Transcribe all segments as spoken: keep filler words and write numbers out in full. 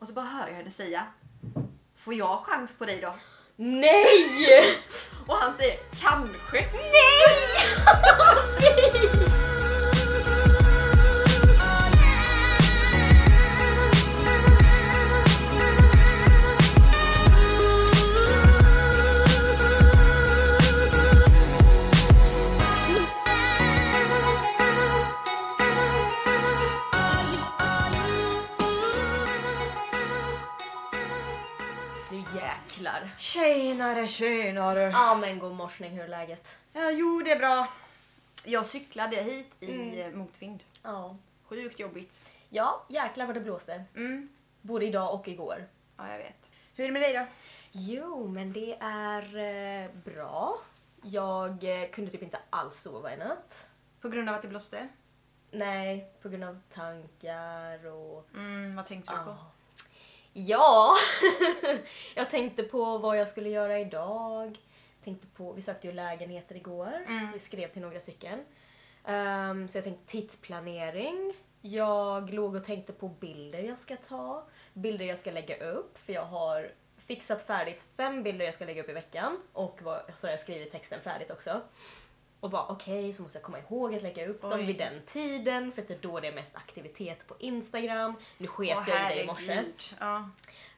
Och så bara hör jag henne säga: får jag chans på dig då? Nej! Och han säger: kanske. Nej! Nej! Jäklar. Tjenare, tjenare. Ja men god morsning, hur är läget? Ja, jo det är bra. Jag cyklade hit i Mm. motvind. Ja. Sjukt jobbigt. Ja, jäklar vad det blåste. Mm. Både idag och igår. Ja, jag vet. Hur är det med dig då? Jo, men det är eh, bra. Jag eh, kunde typ inte alls sova i natt. På grund av att det blåste? Nej, på grund av tankar och... Mm, vad tänkte du på? Ah. Ja, jag tänkte på vad jag skulle göra idag. Tänkte på, vi sökte ju lägenheter igår, Mm. så vi skrev till några stycken. Um, så jag tänkte tidsplanering. Jag låg och tänkte på bilder jag ska ta, bilder jag ska lägga upp, för jag har fixat färdigt fem bilder jag ska lägga upp i veckan och vad, så har jag skrivit texten färdigt också. Och bara okej, okay, så måste jag komma ihåg att lägga upp Oj. dem vid den tiden, för att det är då det är mest aktivitet på Instagram. Nu sket Åh, jag i det i morse. herregud. Ja.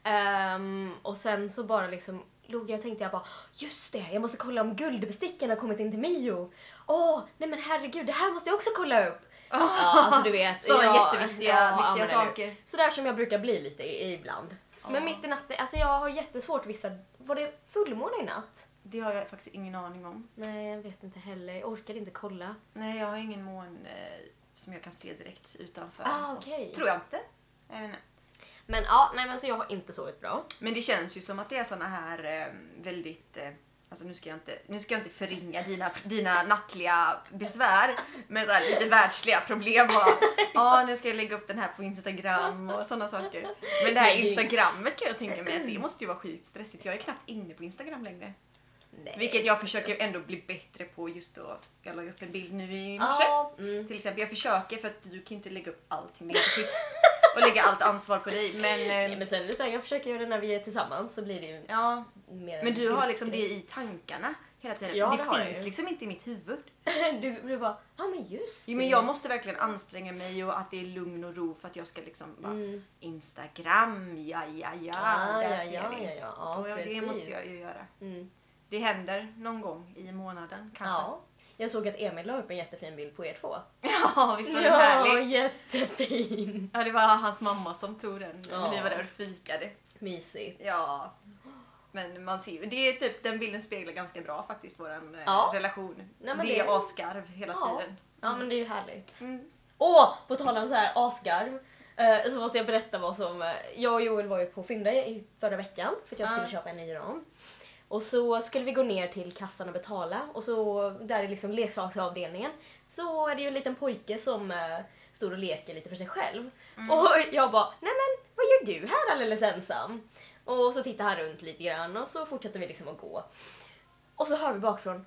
Um, och sen så bara liksom låg jag och tänkte jag bara, just det, jag måste kolla om guldbesticken har kommit in till Mio. Åh, nej men herregud, det här måste jag också kolla upp. Oh. Ja, alltså du vet. Så ja, jätteviktiga ja, viktiga men saker. Så där som jag brukar bli lite i, ibland. Oh. Men mitt i natten, alltså jag har jättesvårt vissa, var det fullmåne i natt? Det har jag faktiskt ingen aning om. Nej, jag vet inte heller, jag orkade inte kolla. Nej, jag har ingen mån eh, som jag kan se direkt utanför Ah, oss. okej. Tror jag inte. Jag vet inte. Men ja, nej men så jag har inte sovit bra. Men det känns ju som att det är såna här eh, väldigt... Eh, alltså nu ska jag inte, nu ska jag inte förringa dina, dina nattliga besvär. Men så här, lite världsliga problem. Ja, ah, nu ska jag lägga upp den här på Instagram och sådana saker. Men det här Nej, det- Instagrammet kan jag tänka mig att det måste ju vara sjukt stressigt. Jag är knappt inne på Instagram längre. Nej. Vilket jag försöker ändå bli bättre på just då. Jag la upp en bild nu i morse. Ja, mm. Till exempel, jag försöker för att du kan inte lägga upp allting. Det är inte schysst och lägga allt ansvar på dig. Men, Nej, eh, men sen är det så här, jag försöker göra det när vi är tillsammans så blir det ju ja, mer men en du har liksom det gruppgrej. i tankarna hela tiden. Ja, det, det har jag finns ju. liksom inte i mitt huvud. du, du bara, ja men just Jo, men det. jag måste verkligen anstränga mig och att det är lugn och ro för att jag ska liksom bara Mm. Instagram, ja ja ja, Ah, där ja, ser ja, ni. ja, ja, ja, Och det precis. måste jag ju göra. Mm. Det händer någon gång i månaden kanske. Ja. Jag såg att Emil la upp en jättefin bild på er två. Ja, visst var den Ja, härlig? jättefin. Ja, det var hans mamma som tog den när Ja. vi var där och fikade. Mysigt. Ja. Men man ser ju, det är typ, den bilden speglar ganska bra faktiskt våran eh, Ja. relation. Nej, men det det- är asgarv hela Ja. tiden. Ja men det är ju härligt. Mm. Åh, på tal om så här asgarv. eh, Så måste jag berätta vad som... eh, Jag och Joel var ju på Fynda i förra veckan för att jag skulle Ja. köpa en ny ram. Och så skulle vi gå ner till kassan och betala. Och så där är liksom leksaksavdelningen. Så är det ju en liten pojke som eh, står och leker lite för sig själv. Och jag bara, nej men vad gör du här alldeles ensam? Och så tittar han runt lite grann och så fortsätter vi liksom att gå. Och så hör vi bakifrån,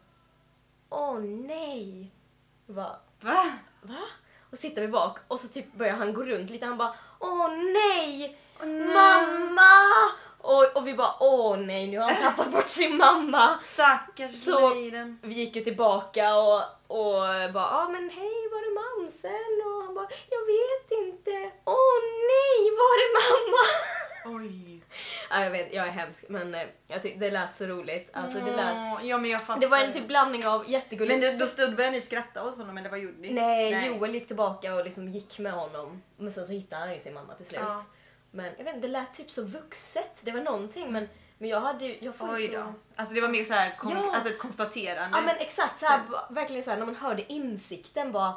åh nej. Va? Va? Va? Och så tittar vi bak och så typ börjar han gå runt lite. Han bara, åh nej! Åh, nej. Mamma! Och, och vi bara, åh nej, nu har han tappat bort sin mamma. Stackars Så- lejden. Vi gick ju tillbaka och, och bara, ja men hej, var är mamsen? Och han bara, jag vet inte. Åh nej, var är mamma? Oj. Ja, jag vet, jag är hemsk, men eh, jag tyck, det lät så roligt. Alltså, det, lät, Åh, ja, men jag fattar. det var en typ blandning av jättegulligt. Men det, då stod började ni skratta åt honom eller vad gjorde ni? Nej, Joel gick tillbaka och liksom gick med honom. Men sen så hittade han ju sin mamma till slut. Ja. Men jag vet inte, det lät typ så vuxet. Det var någonting, men, men jag hade ju... Jag får Oj så... då. Alltså det var mer så här kon- Ja. alltså ett konstaterande. Ja men exakt, så här, ba- verkligen så här, när man hörde insikten bara,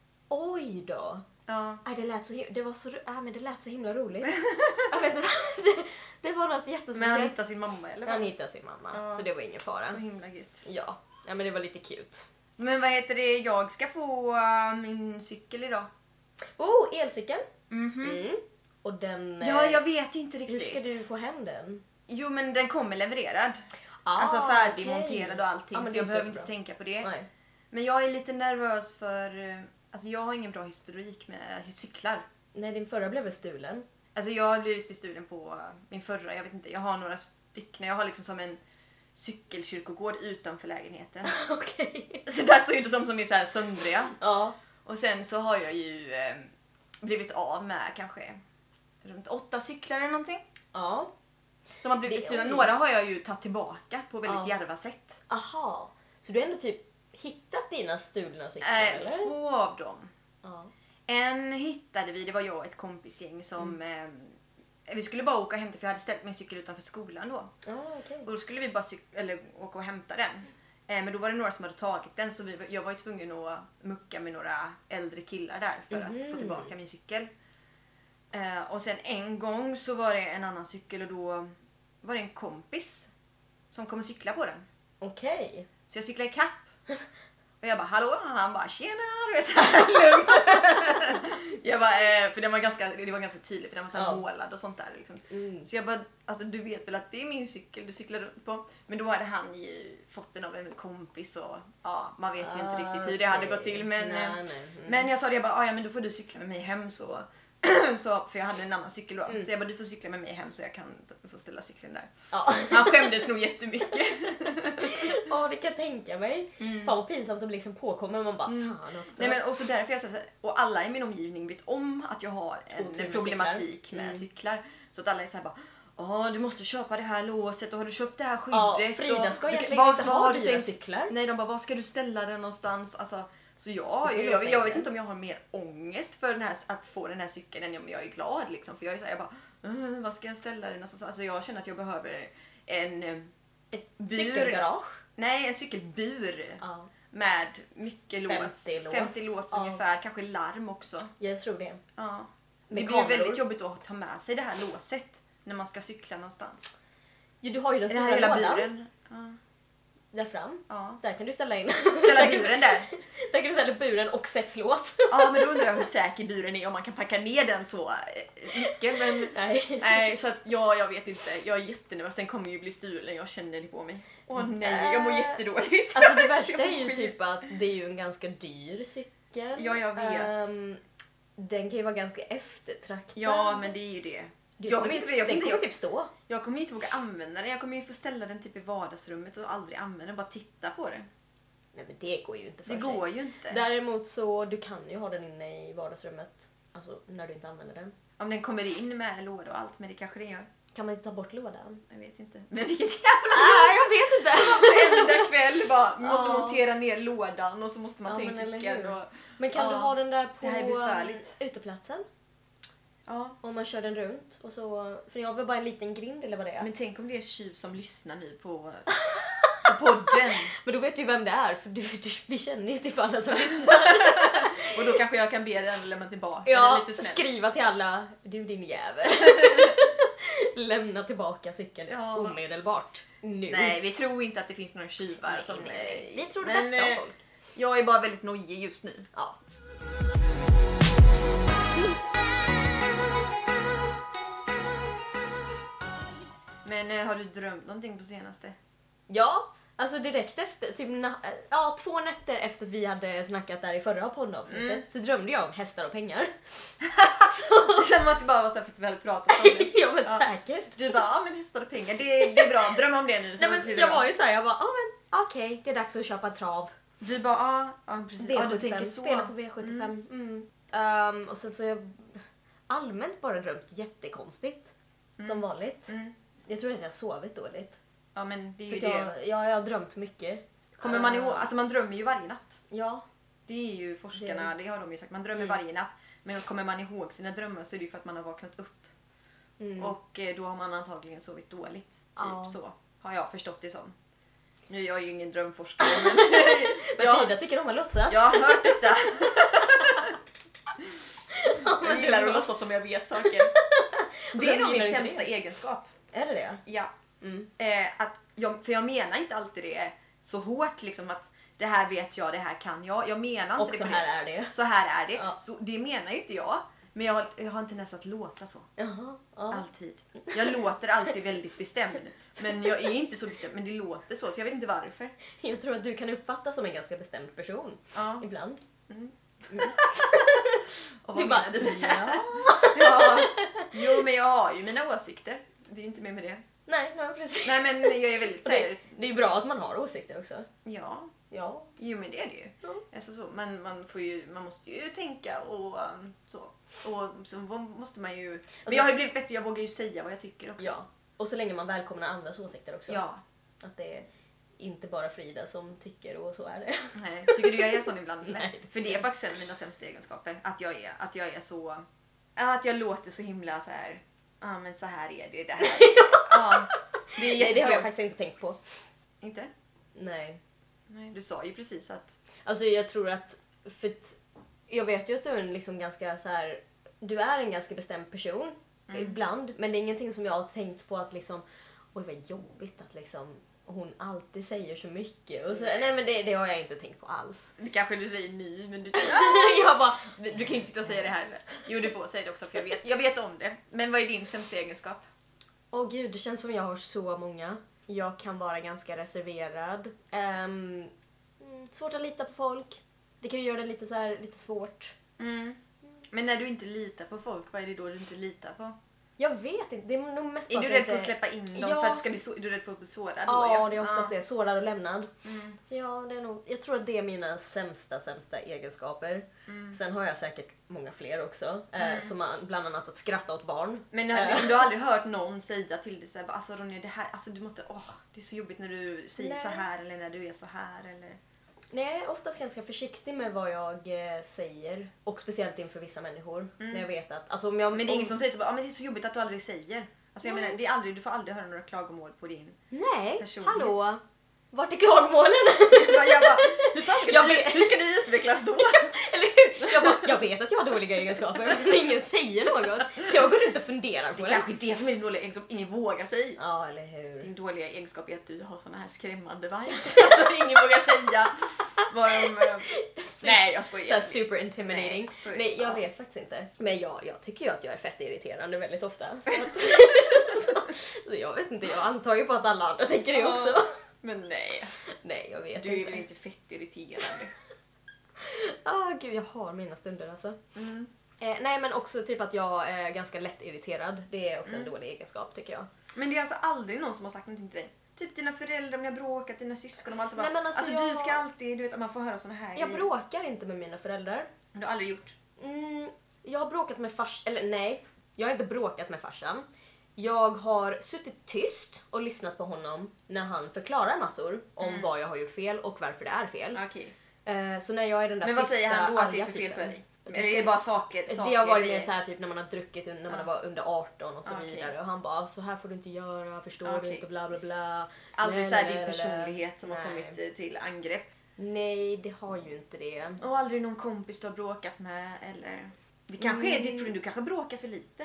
oj då. Ja. Aj, det, lät så, hi- det, var så, ro- ja, men det lät så himla roligt. Jag vet inte, det, det var något jättespeciellt. Men han hittade sin mamma eller? Han vad? hittade sin mamma, Ja. så det var ingen fara. Så himla gött. Ja. ja, men det var lite cute. Men vad heter det? Jag ska få uh, min cykel idag. Oh, elcykeln. Mhm. Mm. Och den... Ja, eh, jag vet inte Hur riktigt. ska du få hem den? Jo, men den kommer levererad. Ah, alltså färdigmonterad okej. och allting, Ja, men så det jag är behöver superbra. inte tänka på det. Nej. Men jag är lite nervös för... eh, Alltså jag har ingen bra historik med cyklar. Nej, din förra blev väl stulen? Alltså jag har blivit bestulen på min förra, jag vet inte, jag har några stycken. Jag har liksom som en cykelkyrkogård utanför lägenheten. Okej. Okay. Så där står ju de som är så här söndriga. Ja. Och sen så har jag ju eh, blivit av med kanske runt åtta cyklar eller någonting. Ja. Som har blivit bestulna. Några har jag ju tagit tillbaka på väldigt ja. djärva sätt. Aha. Så du har ändå typ hittat dina stulna cyklar äh, eller? Två av dem. Ja. En hittade vi, det var jag och ett kompisgäng som mm. eh, vi skulle bara åka och hämta, för jag hade ställt min cykel utanför skolan då. Ah, okay. Och då skulle vi bara cyk- eller åka och hämta den. Eh, men då var det några som hade tagit den, så vi, jag var ju tvungen att mucka med några äldre killar där för mm. att få tillbaka min cykel. Eh, och sen en gång så var det en annan cykel och då var det en kompis som kom och cykla på den. Okej. Okay. Så jag cyklade ikapp. Och jag bara hallå, och han bara tjena, du vet såhär lugnt. Jag bara, eh, för den var ganska, det var ganska tydligt för den var så här ja. målad och sånt där liksom. Mm. Så jag bara, alltså du vet väl att det är min cykel du cyklar runt på. Men då hade han ju fått den av en kompis och ja, man vet ju ah, inte riktigt hur det hade gått till. Men, nej, nej. Mm. men jag sa det, jag bara, ja men då får du cykla med mig hem så. Så, för jag hade en annan cykel då. Mm. Så jag bara, du får cykla med mig hem så jag kan få ställa cykeln där. Ja. Han skämdes nog jättemycket. Ja, det kan jag tänka mig. Mm. Fan vad pinsamt att bli liksom påkommen. Man bara, mm. fan också. Nej, men också därför jag säger, och alla i min omgivning vet om att jag har en problematik cyklar. med mm. cyklar. Så att alla är så här bara, ja du måste köpa det här låset och har du köpt det här skyddet? Ja, Frida ska och, egentligen inte ha dyra tänkt, cyklar. Nej, de bara, var ska du ställa den någonstans? Alltså, så jag, jag, jag, jag vet inte om jag har mer ångest för den här, att få den här cykeln än om jag är glad liksom. För jag är så här, jag bara, uh, vad ska jag ställa den någonstans? Alltså jag känner att jag behöver en ett bur. Cykelgarage? Nej, en cykelbur. Ja. Med mycket lås. femtio lås, femtio lås ja. ungefär, kanske larm också. Jag tror det. Ja. Det blir kameror. Väldigt jobbigt att ta med sig det här låset när man ska cykla någonstans. Jo, du har ju den stora lådan. Buren. Ja. Där fram. Ja. Där kan du ställa in. Ställa buren där. Där kan du ställa buren och sex lås. Ja, men då undrar jag hur säker buren är om man kan packa ner den så mycket. Men nej, nej så att ja, jag vet inte. Jag är jättenervös. Den kommer ju bli stulen. Jag känner det på mig. Åh nej, jag mår jättedåligt. Alltså det värsta är ju typ att det är ju en ganska dyr cykel. Ja, jag vet. Um, den kan ju vara ganska eftertraktad. Ja, men det är ju det. Du, jag vet, jag den kommer jag, typ stå. Jag kommer ju inte våga använda den. Jag kommer ju få ställa den typ i vardagsrummet och aldrig använda den. Bara titta på den. Nej, men det går ju inte för Det sig. går ju inte. Däremot så du kan ju ha den inne i vardagsrummet. Alltså när du inte använder den. Om den kommer in med en låda och allt, men det kanske det gör. Kan man inte ta bort lådan? Jag vet inte. Men vilket jävla ah, jag vet inte. Varenda kväll bara, vi måste ah. montera ner lådan och så måste man ja, ta in cykeln. Och, men kan ah. du ha den där på det här är besvärligt. Uteplatsen? Ja. Om man kör den runt och så, för jag har väl bara en liten grind eller vad det är. Men tänk om det är tjuv som lyssnar nu på, på podden. Men då vet du vem det är, för du, du, vi känner ju typ alla som lyssnar. Och då kanske jag kan be den lämna tillbaka. Ja, lite skriva till alla, du din jävel. Lämna tillbaka cykeln ja. omedelbart. Nu. Nej, vi tror inte att det finns några tjuvar nej, som... Nej, nej. Vi tror det men, bästa av folk. Jag är bara väldigt nojig just nu. Ja. Men äh, har du drömt någonting på senaste? Ja, alltså direkt efter, typ na- ja, två nätter efter att vi hade snackat där i förra poddavsnittet mm. så drömde jag om hästar och pengar. Så. Det känner man att det bara var så här för att vi hade pratat om det. Ja, men ja. säkert. Du bara, ja men hästar och pengar, det, det är bra, dröm om det nu. Så nej, men jag bra. var ju såhär, jag bara, ja men okej, okay, det är dags att köpa en trav. Du bara, ja, ja precis. V sjuttiofem, ja, du tänker så. Spela på V sjuttiofem. Mm. Mm. Um, och sen så har jag allmänt bara drömt jättekonstigt. Mm. Som vanligt. Mm. Jag tror att jag har sovit dåligt. Ja, men det är ju För det. Jag, ja, jag har drömt mycket. Kommer man ihåg, alltså man drömmer ju varje natt. Ja. Det är ju forskarna, det, det har de ju sagt. Man drömmer mm. varje natt. Men kommer man ihåg sina drömmar så är det ju för att man har vaknat upp. Mm. Och då har man antagligen sovit dåligt. Typ ja. Så har jag förstått det som. Nu är jag ju ingen drömforskare. Men, men jag, Frida tycker om att låtsas. Jag har hört detta. Jag gillar att låtsas som jag vet saker. Det är nog min sämsta det. egenskap. Är det det? Ja. Mm. Eh, att jag, för jag menar inte alltid det så hårt liksom att det här vet jag, det här kan jag. Jag menar inte och det. Och så här det. är det. Så här är det. Ja. Så det menar ju inte jag. Men jag, jag har inte nästan att låta så. Jaha, ja. Alltid. Jag låter alltid väldigt bestämd. Men jag är inte så bestämd. Men det låter så. Så jag vet inte varför. Jag tror att du kan uppfattas som en ganska bestämd person. Ja. Ibland. Mm. Och Du vad bara, menar du? ja. Ja. Jo, men jag har ju mina åsikter. Det är ju inte mer med det. Nej, nej, precis. Nej, men jag är väldigt Och det, såhär... det är ju bra att man har åsikter också. Ja, Ja. jo men det är det ju. Ja. Alltså så, man, man, får ju, man måste ju tänka och um, så. Och så måste man ju... Men jag har ju blivit bättre, jag vågar ju säga vad jag tycker också. Ja. Och så länge man välkomnar andras åsikter också. Ja. Att det är inte bara Frida som tycker och så är det. Nej, tycker du jag är sån ibland eller? Nej, det För det är faktiskt en av mina sämsta egenskaper. Att jag är, att jag är så... Att jag låter så himla så här. Ja ah, men så här är det, det här. Ja, det är Nej, det har jag jättetråkigt. faktiskt inte tänkt på. Inte? Nej. Nej, du sa ju precis att... Alltså jag tror att, för att jag vet ju att du är en liksom ganska så här, du är en ganska bestämd person Mm. ibland, men det är ingenting som jag har tänkt på att liksom, oj vad jobbigt att liksom hon alltid säger så mycket och så, nej men det, det har jag inte tänkt på alls. Det kanske du säger ny, men du... jag bara, du kan ju inte sitta och säga det här. Jo, du får säga det också för jag vet, jag vet om det. Men vad är din sämsta egenskap? Åh gud, det känns som jag har så många. Jag kan vara ganska reserverad. Um, svårt att lita på folk. Det kan ju göra det lite så här, lite svårt. Mm. Men när du inte litar på folk, vad är det då du inte litar på? Jag vet inte, det är nog mest Är bara du att rädd jag för att inte- släppa in dem Ja. för att du ska bli så, är du rädd för att bli sårad då? Ja, det är oftast ja. det. Sårad och lämnad. Mm. Ja, det är nog, jag tror att det är mina sämsta, sämsta egenskaper. Mm. Sen har jag säkert många fler också. Eh, Mm. som man, bland annat att skratta åt barn. Men Eh. liksom, du har aldrig hört någon säga till dig såhär, alltså Ronja det här, alltså du måste, åh det är så jobbigt när du säger Nej. så här eller när du är så här eller... Nej, jag är oftast ganska försiktig med vad jag eh, säger. Och speciellt inför vissa människor. Mm. När jag vet att... Alltså, om jag, Men det är om, ingen som säger så, bara, ah, men det är så jobbigt att du aldrig säger. Alltså jag Nej. menar, det är aldrig, du får aldrig höra några klagomål på din... Nej, personlighet. hallå! Vart är klagomålen? jag bara, hur, fan ska Jag du, vet- hur ska du utvecklas då? Eller hur? Jag, bara, jag vet att jag har dåliga egenskaper, men ingen säger något. Så jag går runt och funderar på Det det. kanske är det som är din dåliga egenskap, ingen vågar säga. Ja, eller hur? Din dåliga egenskap är att du har såna här skrämmande vibes. Att ingen vågar säga vad de... eh, Nej, jag skojar. Så här super intimidating. Nej, så- Nej, jag ja. vet faktiskt inte. Men jag, jag tycker ju att jag är fett irriterande väldigt ofta. Så, att, så, så jag vet inte, jag antar ju på att alla andra tycker det också. Men nej, Nej, jag vet du är inte. väl inte fett irriterande. Ah, gud, jag har mina stunder alltså. Mm. Eh, nej, men också typ att jag är ganska lätt irriterad. Det är också Mm. en dålig egenskap tycker jag. Men det är alltså aldrig någon som har sagt någonting till dig? Typ dina föräldrar, om ni har bråkat, dina syskon, de alltid bara, Nej, men alltså, alltså jag- du ska alltid, du vet att man får höra såna här Jag grejer. bråkar inte med mina föräldrar. Du har aldrig gjort? Mm, jag har bråkat med fars... Eller nej, jag har inte bråkat med farsan. Jag har suttit tyst och lyssnat på honom när han förklarar massor om Mm. vad jag har gjort fel och varför det är fel. Okej. Eh, så när jag är den där Men vad tysta, säger han då att det är arga för fel på typen- dig? Det Eller är det bara saker? Det saker har varit mer grejer? så här typ när man har druckit un- när man Ja. var under arton och så Okej. vidare. Och han bara, så här får du inte göra, förstår Okej. du inte, bla bla bla. Aldrig Nej, så här nej, din nej, personlighet som har nej. kommit eh, till angrepp. Nej, det har ju inte det. Och aldrig någon kompis du har bråkat med eller... Det kanske är Mm. ditt problem, du kanske bråkar för lite.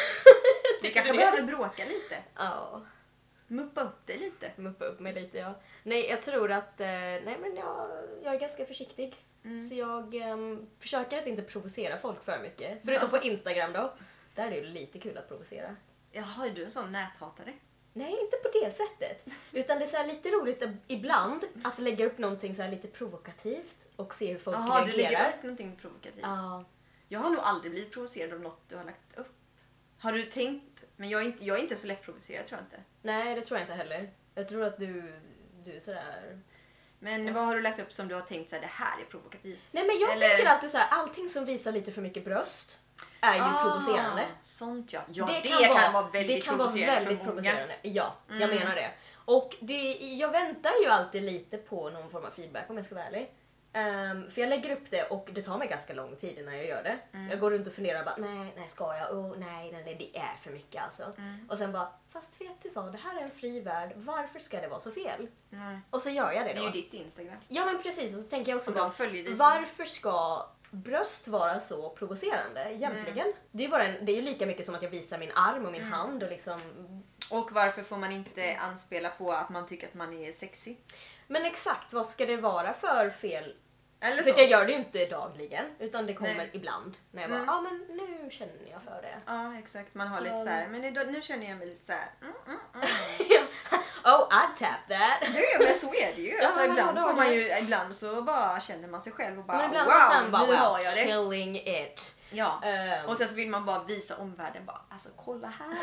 Du Tycker kanske du det? behöver bråka lite. Ja. Muppa upp dig lite. Muppa upp mig lite, ja. Nej, jag tror att... Eh, nej, men jag, jag är ganska försiktig. Mm. Så jag ehm, försöker att inte provocera folk för mycket. Förutom på Instagram då. Där är det ju lite kul att provocera. Jaha, är du en sån näthatare? Nej, inte på det sättet. Utan det är så här lite roligt ibland att lägga upp någonting så här lite provokativt och se hur folk Jaha, du reagerar. lägger upp någonting provokativt. Ja. Jag har nog aldrig blivit provocerad av något du har lagt upp. Har du tänkt? Men jag är inte, jag är inte så lätt provocerad tror jag inte. Nej, det tror jag inte heller. Jag tror att du, du är sådär... Men Ja. vad har du lagt upp som du har tänkt så här, det här är provokativt? Nej, men jag Eller- tänker alltid så här, allting som visar lite för mycket bröst är ju provocerande. Sånt ja. Ja, det, det, kan, vara, väldigt det kan vara provocerande väldigt för många. provocerande. Ja, jag Mm. menar det. Och det, jag väntar ju alltid lite på någon form av feedback om jag ska vara ärlig. Ehm, för jag lägger upp det och det tar mig ganska lång tid innan jag gör det. Mm. Jag går runt och funderar bara, nej, nej ska jag? Oh, nej, nej, nej, det är för mycket alltså. Mm. Och sen bara, fast vet du vad, det här är en fri värld, varför ska det vara så fel? Nej. Och så gör jag det Det är då. ju ditt Instagram. Ja men precis, och så tänker jag också Och bara, de följer dig så. varför ska bröst vara så provocerande egentligen? Det är ju bara en, det är ju lika mycket som att jag visar min arm och min Mm. hand och liksom... Och varför får man inte anspela på att man tycker att man är sexy? Men exakt, vad ska det vara för fel? Eller För så? att jag gör det ju inte dagligen, utan det kommer Nej. ibland. När jag bara, ja Mm. ah, men nu känner jag för det. Ja, exakt. Man har Så- lite så här, men idag, nu känner jag mig lite så här. Mm, mm, mm. Oh, I'd tap that. Ja, men så är det ju. Ja, Alltså, ibland, då, får man då. ju, ibland så bara känner man sig själv och bara Men ibland wow, sen bara, nu well, har jag det. killing it. Ja. Um, Och sen så vill man bara visa omvärlden bara, alltså kolla här.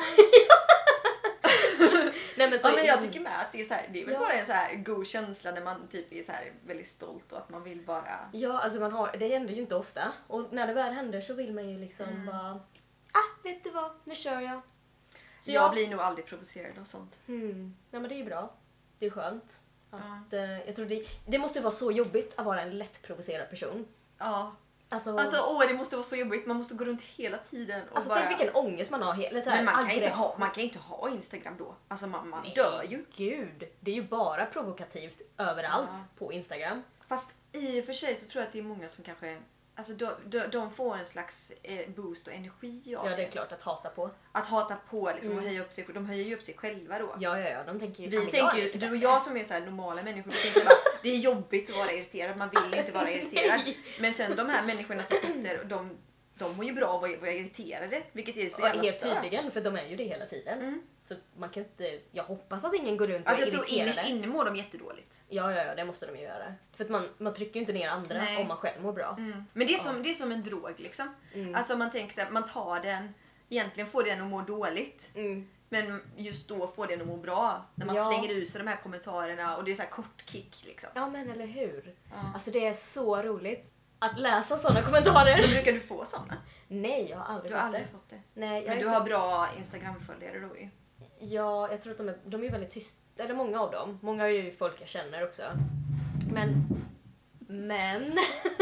Nej, men så, Ja, men jag tycker med att det är, så här, det är väl Ja. bara en så här god känsla när man typ är så här väldigt stolt och att man vill bara... Ja, alltså man har, det händer ju inte ofta. Och när det väl händer så vill man ju liksom Mm. bara, ah, vet du vad, nu kör jag. Så jag jag blir nog aldrig provocerad och sånt. Hmm. Ja, men det är ju bra. Det är skönt. Att, Ja. eh, jag tror det, det måste vara så jobbigt att vara en lättprovocerad person. Ja. Alltså, Alltså åh, det måste vara så jobbigt. Man måste gå runt hela tiden och alltså bara... tänk vilken ångest man har. Eller så här, Men man kan, inte aggressiv- ha, man kan inte ha Instagram då. Alltså man, man Nej, dör ju. Gud, det är ju bara provokativt överallt Ja. på Instagram. Fast i och för sig så tror jag att det är många som kanske... Alltså de, de, de får en slags eh, boost och energi av Ja, det är klart att hata på. Att hata på liksom, och Mm. höja upp sig. De höjer ju upp sig själva då. Ja, ja, ja, de tänker ju Vi "Fan, men tänker jag är ju, lite du och bättre." jag som är så här normala människor, vi tänker bara, det är jobbigt att vara irriterad, man vill inte vara irriterad. Nej. Men sen de här människorna som sitter, de, de mår ju bra av att vara vara irriterade, vilket är så Ja, jävla helt stört. tydligen, för de är ju det hela tiden. Mm. Så man kan inte, jag hoppas att ingen går runt och Alltså är jag tror irriterade. innerst inne mår de jättedåligt. Ja, ja, ja, det måste de ju göra. För att man, man trycker ju inte ner andra Nej. om man själv mår bra. Mm. Men det är, som, det är som en drog liksom. Mm. Alltså man tänker så här, man tar den, egentligen får den att må dåligt. Mm. Men just då får den att må bra. När man Ja. slänger ut sig de här kommentarerna och det är så här kort kick liksom. Ja, men eller hur? Ja. Alltså det är så roligt att läsa sådana kommentarer. Men brukar du få sådana? Nej, jag har aldrig Du har fått aldrig det. fått det. Nej, jag Men är du inte- har bra Instagram-följare då ju. Ja, jag tror att de är, de är väldigt tysta. Eller många av dem. Många är ju folk jag känner också. Men... Men...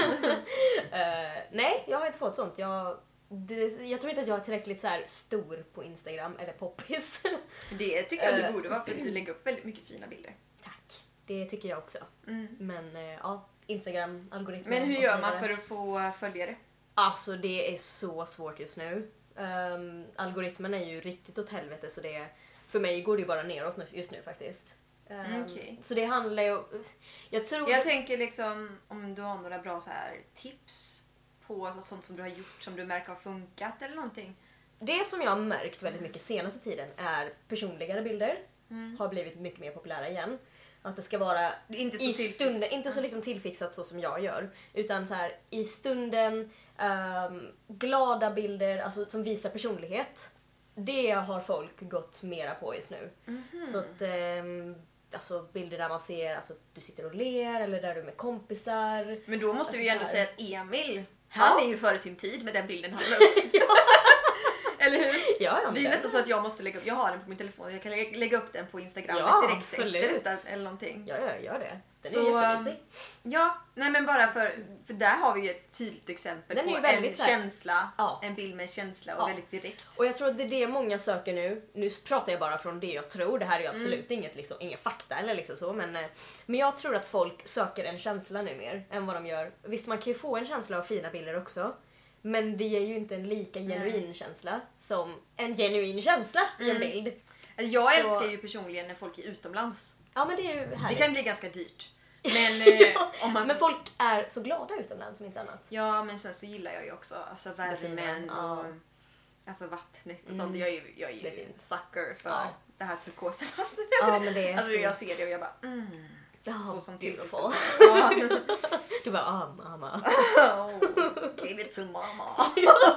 Eh, nej, jag har inte fått sånt. Jag, det, jag tror inte att jag är tillräckligt så här stor på Instagram eller poppis. Det tycker jag du Eh. borde vara för att du lägger upp väldigt mycket fina bilder. Tack. Det tycker jag också. Mm. Men eh, ja, Instagram, algoritmer Men hur och så gör man vidare. för att få följare? Alltså det är så svårt just nu. Um, algoritmen är ju riktigt åt helvete så det för mig går det ju bara neråt nu- just nu faktiskt. Um, Mm, okej. Så det handlar ju... Jag tror... Jag tänker liksom om du har några bra så här tips på alltså, sånt som du har gjort som du märker har funkat eller någonting. Det som jag har märkt väldigt mycket senaste tiden är personligare bilder. Mm. Har blivit mycket mer populära igen. Att det ska vara Det är inte så i till... stunden, inte så liksom tillfixat så som jag gör. Utan så här i stunden, ehm, glada bilder alltså, som visar personlighet. Det har folk gått mera på just nu. Mhm. Så att, ehm, alltså bilder där man ser alltså, att du sitter och ler eller där du är med kompisar. Men då måste Alltså, vi ju ändå så säga här. att Emil, han Ja. är ju före sin tid med den bilden han la upp. Eller hur? Ja, ja, Det är men nästan så att jag måste lägga upp, jag har den på min telefon, jag kan lägga, lägga upp den på Instagram Ja, direkt absolut. efter utan, eller någonting. Ja, ja, gör det. Den Så, är jättemysig. Ja, nej men bara för, för där har vi ju ett tydligt exempel Den är på ju väldigt en så här- känsla, Ja. en bild med en känsla och Ja. väldigt direkt. Och jag tror att det är det många söker nu. Nu pratar jag bara från det jag tror. Det här är ju absolut inget, liksom, ingen fakta eller liksom så. Men, eh, men jag tror att folk söker en känsla nu mer än vad de gör. Visst, man kan ju få en känsla av fina bilder också. Men det ger ju inte en lika genuin känsla som en genuin känsla i en Mm. bild. Alltså jag Så- älskar ju personligen när folk är utomlands. Ja, men det är ju Det härligt. kan bli ganska dyrt. Men eh, om man... Men folk är så glada utomlands som inte annat. Ja, men sen så gillar jag ju också alltså, fina, värmen ja. och alltså, vattnet och Mm. sånt. Jag är ju, jag är Det är ju fint. sucker för Ja. det här turkosa vattnet. Ja, men det är Alltså jag fint. ser det och jag bara mm. Oh, Får sån beautiful. tillfredsställelse. Du bara, ah mamma. Ja. Oh, give it to mama.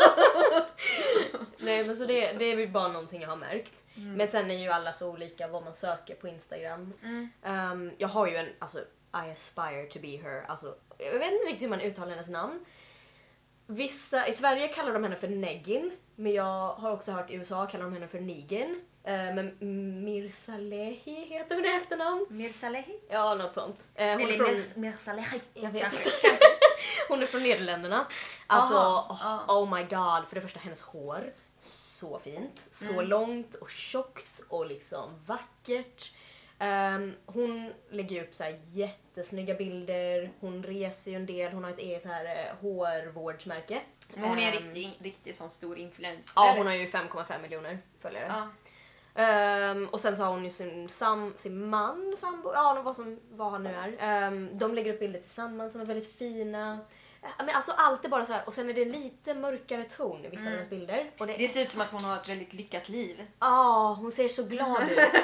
Nej, men så det, det är väl bara någonting jag har märkt. Mm. Men sen är ju alla så olika vad man söker på Instagram. Mm. Um, jag har ju en, alltså, I aspire to be her. Alltså, jag vet inte riktigt hur man uttalar hennes namn. Vissa, i Sverige kallar de henne för Negin. Men jag har också hört i U S A kallar de henne för Negan. Uh, men Mirsalehi heter hon i efternamn. Mirsalehi? Ja, något sånt. Uh, hon, är Eller från, Mir- Mirsalehi? jag vet Kanske. inte. Hon är från Nederländerna. Alltså, Aha, oh, ja. oh my god. För det första, hennes hår. Så fint. Så Mm. långt och tjockt och liksom vackert. Ehm, hon lägger ju upp så här jättesnygga bilder. Hon reser ju en del. Hon har ett eget så här eh, hårvårdsmärke. Men hon är en Ehm, riktig, riktig sån stor influencer. Ja, eller? hon har ju fem komma fem miljoner följare. Ja. Ehm, och sen så har hon ju sin, sam, sin man, sambo, ja vad, som, vad han nu är. Ehm, de lägger upp bilder tillsammans som är väldigt fina. Eh, Men alltså allt är bara så här. Och sen är det lite mörkare ton i vissa av Mm. hennes bilder. Och det, Det ser ut som att hon har ett väldigt lyckat liv. Ja, hon ser så glad ut.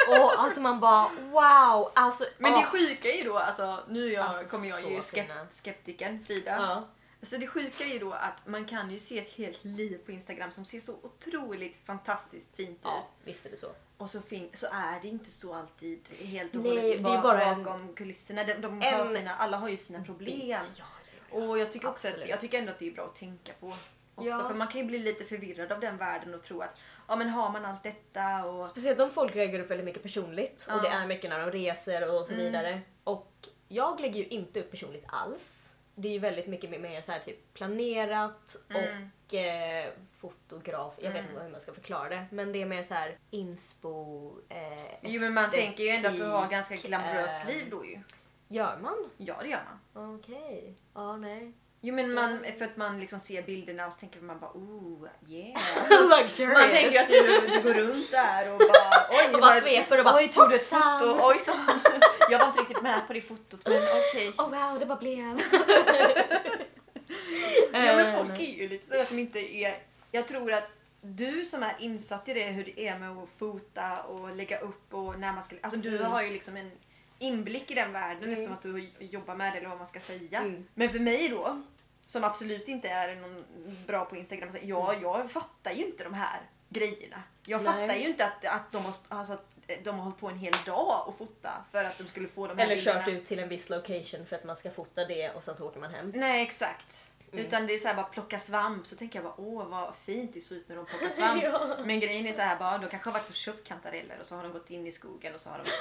Och alltså man bara wow. Alltså, Men åh. det sjuka är ju då, alltså nu jag, Alltså, kommer jag så ju fina. skep- skeptiken Frida. Ja. Alltså det sjuka är ju då att man kan ju se ett helt liv på Instagram som ser så otroligt fantastiskt fint ut. Ja, visst är det så. Och så, fin- så är det inte så alltid helt och Nej, hållet det är ju ba- bara en- bakom kulisserna. De, de en- har sina, alla har ju sina problem. Ja, Och jag tycker också att, Absolut. jag tycker ändå att det är bra att tänka på. Också, Ja. För man kan ju bli lite förvirrad av den världen och tro att ja, men har man allt detta och... speciellt om folk lägger upp väldigt mycket personligt och Ja. det är mycket när de reser och så Mm. vidare. Och jag lägger ju inte upp personligt alls. Det är ju väldigt mycket mer så här typ planerat Mm. och eh, fotograf. Jag vet Mm. inte hur man ska förklara det. Men det är mer så här inspo, eh, Jo men man tänker ju ändå att du har estetik, ganska glamoröst eh, liv då ju. Gör man? Ja det gör man. Okej. Ja, nej. Jo men man, för att man liksom ser bilderna och så tänker man bara oh yeah. Luxurious. Man tänker ju att du, du går runt där och bara oj, Och bara vad- sveper och bara, oj tog du ett hoppsan. foto? Oj så. Jag var inte riktigt med på det fotot men okej. Oh wow, det bara blev. Ja men folk är ju lite sådär som inte är... Jag tror att du som är insatt i det, hur det är med att fota och lägga upp och när man ska... Alltså du Mm. har ju liksom en inblick i den världen Mm. eftersom att du jobbar med det eller vad man ska säga. Mm. Men för mig då, som absolut inte är någon bra på Instagram, så ja, jag fattar ju inte de här grejerna. Jag Nej. fattar ju inte att, att, de har, alltså att de har hållit på en hel dag och fota för att de skulle få de här Eller bilderna. kört ut till en viss location för att man ska fota det och sen så åker man hem. Nej exakt. Mm. Utan det är så här bara plocka svamp, så tänker jag bara åh vad fint det ser ut när de plockar svamp. Ja. Men grejen är så här bara, de kanske har varit och köpt kantareller och så har de gått in i skogen och så har de...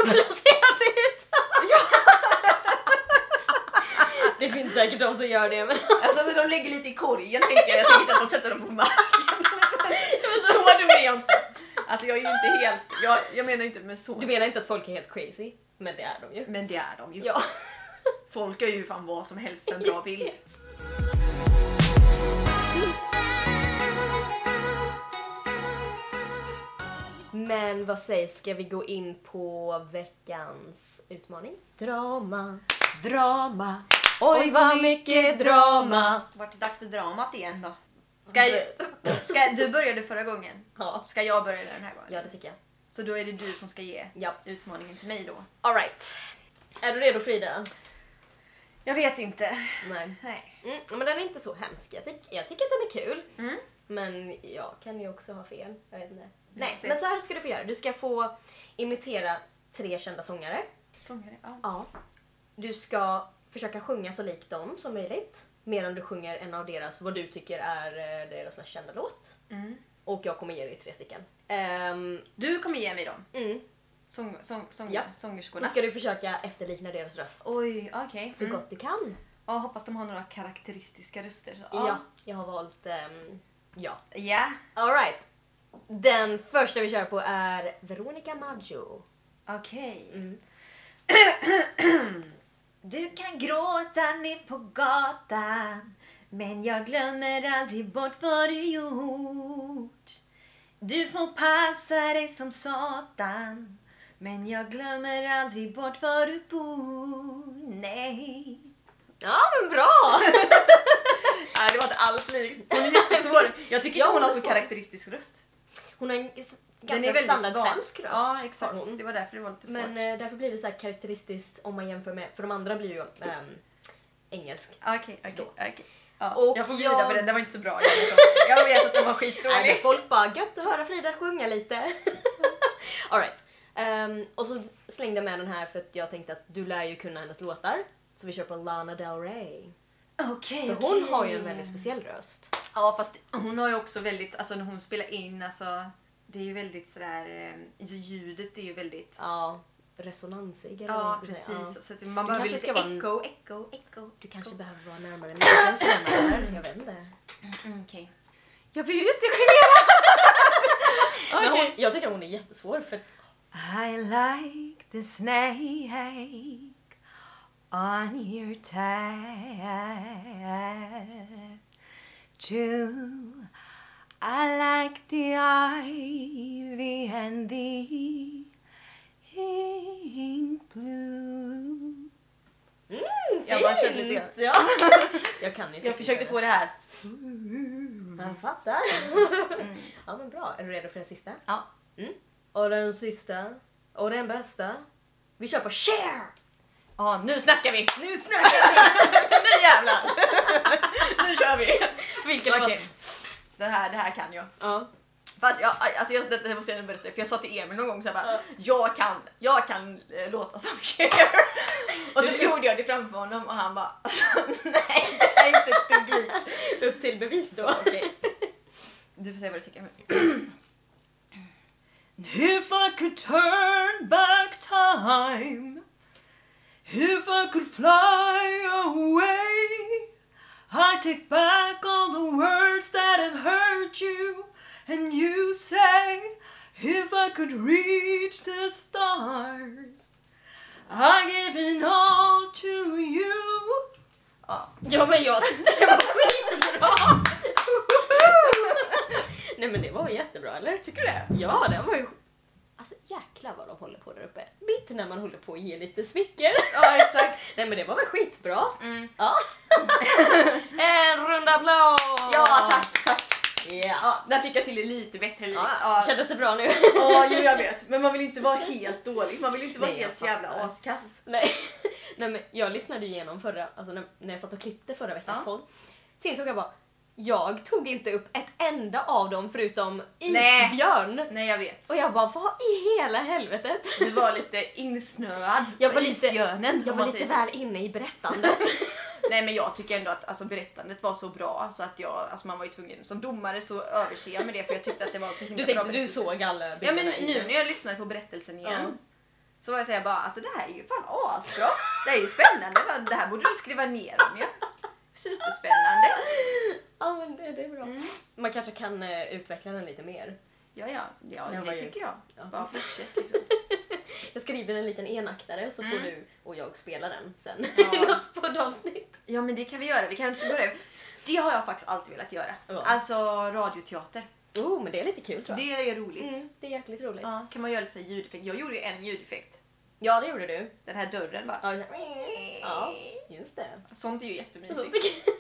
Det finns säkert de som gör det men Alltså men de lägger lite i korgen tänker jag, jag tänker inte att de sätter dem på marken. Så dum är jag inte. Alltså jag är ju inte helt, jag, jag menar inte med så. du menar inte att folk är helt crazy? Men det är de ju. Men det är de ju. Ja. Folk är ju fan vad som helst för en bra bild. Men vad sägs, ska vi gå in på veckans utmaning? Drama. Drama. Oj vad mycket drama. Vart det dags för dramat igen då? Ska, jag, ska du började förra gången? Ja. Ska jag börja den här gången? Ja, det tycker jag. Så då är det du som ska ge Ja. utmaningen till mig då? All right. Är du redo Frida? Jag vet inte. Nej. Nej. Mm, men den är inte så hemsk. Jag, tyck, jag tycker att den är kul. Mm. Men jag kan ju också ha fel. Jag vet inte. Vi Nej, får se. men så här ska du få göra. Du ska få imitera tre kända sångare. Sångare, ja. Ja. Du ska försöka sjunga så likt dem som möjligt. Medan du sjunger en av deras, vad du tycker är eh, deras mest kända låt. Mm. Och jag kommer ge dig tre stycken. Ehm, Du kommer ge mig dem. mm. Sång, sång, sång, Ja. Sångerskorna. Så ska du försöka efterlikna deras röst. Oj, okej. Så Mm. gott du kan. Ja, hoppas de har några karaktäristiska röster. Så, Ja, jag har valt, ehm, ja. Ja. All right. Den första vi kör på är Veronica Maggio. Okej. Mm. Du kan gråta ner på gatan, men jag glömmer aldrig bort vad du gjort. Du får passa dig som satan, men jag glömmer aldrig bort var du bor. Nej. Ja, men bra! Nej, det var inte alls likt. Hon är jättesvår. Jag tycker Ja, inte hon hon har är så svår. karaktäristisk röst. Hon har en Den ganska är väldigt standard van. svensk röst. Ja, exakt. har hon. Det var därför det var lite svårt. Men eh, därför blir det så här karaktäristiskt om man jämför med, för de andra blir ju ehm, engelsk. Okej, okej, Då. okej. Ja, Och jag får jag- bjuda på den, den var inte så bra. Jag vet att den var Nej, men skitdålig. folk bara, gött att höra Frida sjunga lite. All right. Ehm, och så slängde jag med den här för att jag tänkte att du lär ju kunna hennes låtar. Så vi kör på Lana Del Rey. Okej, För hon har ju en väldigt speciell röst. Ja, fast hon har ju också väldigt, alltså när hon spelar in, alltså det är ju väldigt sådär, eh, ljudet är ju väldigt, Ja, resonansig eller vad ja man ska precis, säga. Ja. så att man Du behöver kanske lite ska vara en- echo, echo, echo. Du kanske behöver vara närmare micken för henne, eller? Jag vet inte. Mm, okej. Jag blir jättegenerad. Men hon, Okej. jag tycker hon är jättesvår för I like the snake on your tattoo. I like the ivy and the ink blue. mm, Jag bara kände fint. lite Ja. Jag kan inte. Jag försökte få det här. Jag fattar. Ja men bra. Är du redo för den sista? Ja. Mm. Och den sista Och den bästa? Vi kör på share! Ja, nu snackar vi! Nu snackar vi! Nu jävlar! Nu kör vi! Vilken Okej. okay. Det här, det här kan jag. Ja. Fast jag, alltså jag, det måste jag berätta, för jag sa till Emil någon gång så jag bara, Ja. jag kan, jag kan äh, låta som Cher. Och så gjorde jag det framför honom och han bara, alltså, nej, det är inte ett dugg likt. Upp till bevis då. Så, okay. Du får säga vad du tycker. If I could turn back time, if I could fly away, I'd take back all the words that have hurt you. And you say, if I could reach the stars, I give it all to you. Ja, Ja, men jag tyckte det var skitbra. Nej, men det var jättebra, eller? tycker du det? Ja, det var ju... Alltså jäklar vad de håller på där uppe. Mitt när man håller på att ge lite smicker. Ja, exakt. Nej, men det var väl skitbra. Mm. Ja. En runda applåd. Ja, tack, tack. Ja. Ja, där fick jag till det lite bättre liv. Ja. Ja. Kändes det bra nu? Ja, jo, jag vet. Men man vill inte vara helt dålig. Man vill inte vara Nej, jag helt jävla fattar. askass. Nej. Nej, men jag lyssnade igenom förra, alltså när, när jag satt och klippte förra veckans Ja. podd. Sen såg jag bara, jag tog inte upp ett enda av dem förutom Nej. isbjörn. Nej, jag vet. Och jag bara, vad i hela helvetet? Du var lite insnöad. Jag var på lite, isbjörnen, jag om var man lite säger så. väl inne i berättandet. Nej, men jag tycker ändå att alltså, berättandet var så bra så att jag, alltså man var ju tvungen, som domare så överser jag med det för jag tyckte att det var så himla Du bra tänkte, du berättelse. såg alla Ja, bilderna men i nu det. när jag lyssnade på berättelsen igen Ja. så var jag säga bara, alltså det här är ju fan asbra. Det är ju spännande. Det här borde du skriva ner om, ja. Superspännande. Ja, men det, det är bra. Mm. Man kanske kan uh, utveckla den lite mer. Ja, ja, ja, Den var det ju- tycker jag. Ja. Bara fortsätt liksom. Jag skriver en liten enaktare så får Mm. du och jag spela den sen. Ja. I något poddavsnitt. Ja, men det kan vi göra. Vi kanske börjar. Det har jag faktiskt alltid velat göra. Ja. Alltså radioteater. Oh, men det är lite kul tror jag. Det är roligt. Mm, det är jäkligt roligt. Ja, Ja, kan man göra lite så här ljudeffekt. Jag gjorde ju en ljudeffekt. det gjorde du. Den här dörren bara. Ja, ja just det. Sånt är ju jättemysigt.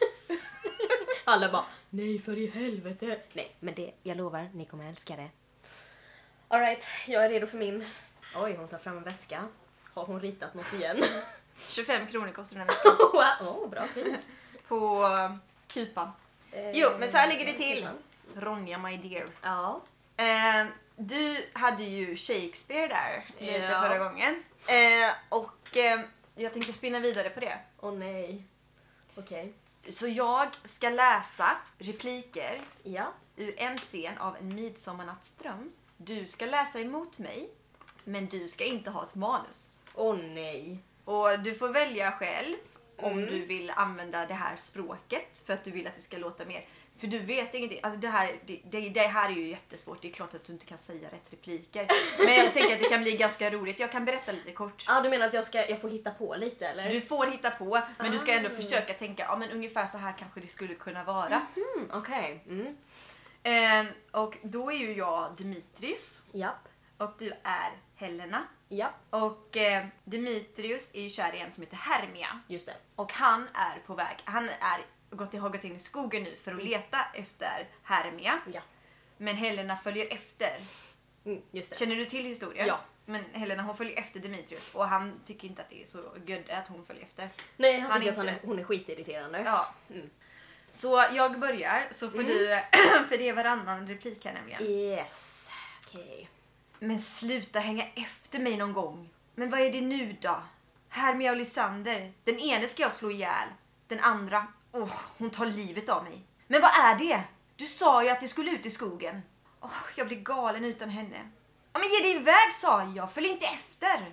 Alla bara, nej för i helvete. Nej, men det, jag lovar, ni kommer älska det. All right, jag är redo för min. Oj, hon tar fram en väska. Har hon ritat något igen? tjugofem kronor kostar den här väskan. Åh, oh, bra pris. På uh, Kupan. Eh, Jo, men så här ligger det till. Ronja, my dear. Ja. Eh, du hade ju Shakespeare där lite Ja. förra gången. Eh, och eh, jag tänkte spinna vidare på det. Åh nej. Okej. Så jag ska läsa repliker Ja. ur en scen av En midsommarnattsdröm. Du ska läsa emot mig, men du ska inte ha ett manus. Åh nej. Och du får välja själv om Mm. du vill använda det här språket för att du vill att det ska låta mer. För du vet ingenting. Alltså det här, det, det, det här är ju jättesvårt. Det är klart att du inte kan säga rätt repliker. Men jag tänker att det kan bli ganska roligt. Jag kan berätta lite kort. Ja, ah, du menar att jag ska jag får hitta på lite eller? Du får hitta på, men du ska ändå Ah. försöka tänka, ja men ungefär så här kanske det skulle kunna vara. Mm, okej. Mm. Eh, och då är ju jag Dimitrius Japp. och du är Helena. Japp. Och eh, Dimitrius är ju kär i en som heter Hermia. Just det. Och han är på väg, han är gått, har gått in i skogen nu för att leta efter Hermia. Ja. Men Helena följer efter. Mm, just det. Känner du till historien? Ja. Men Helena hon följer efter Dimitrius och han tycker inte att det är så gött att hon följer efter. Nej, han, Han tycker att inte- han är, hon är skitirriterande. Ja. Mm. Så jag börjar så får Mm. du, för det är varannan replik här nämligen. Yes. Okej. Men sluta hänga efter mig någon gång. Men vad är det nu då? Hermia och Lysander. Den ene ska jag slå ihjäl. Den andra, åh, hon tar livet av mig. Men vad är det? Du sa ju att det skulle ut i skogen. Åh, jag blir galen utan henne. Ja, men ge dig iväg sa jag, följ inte efter.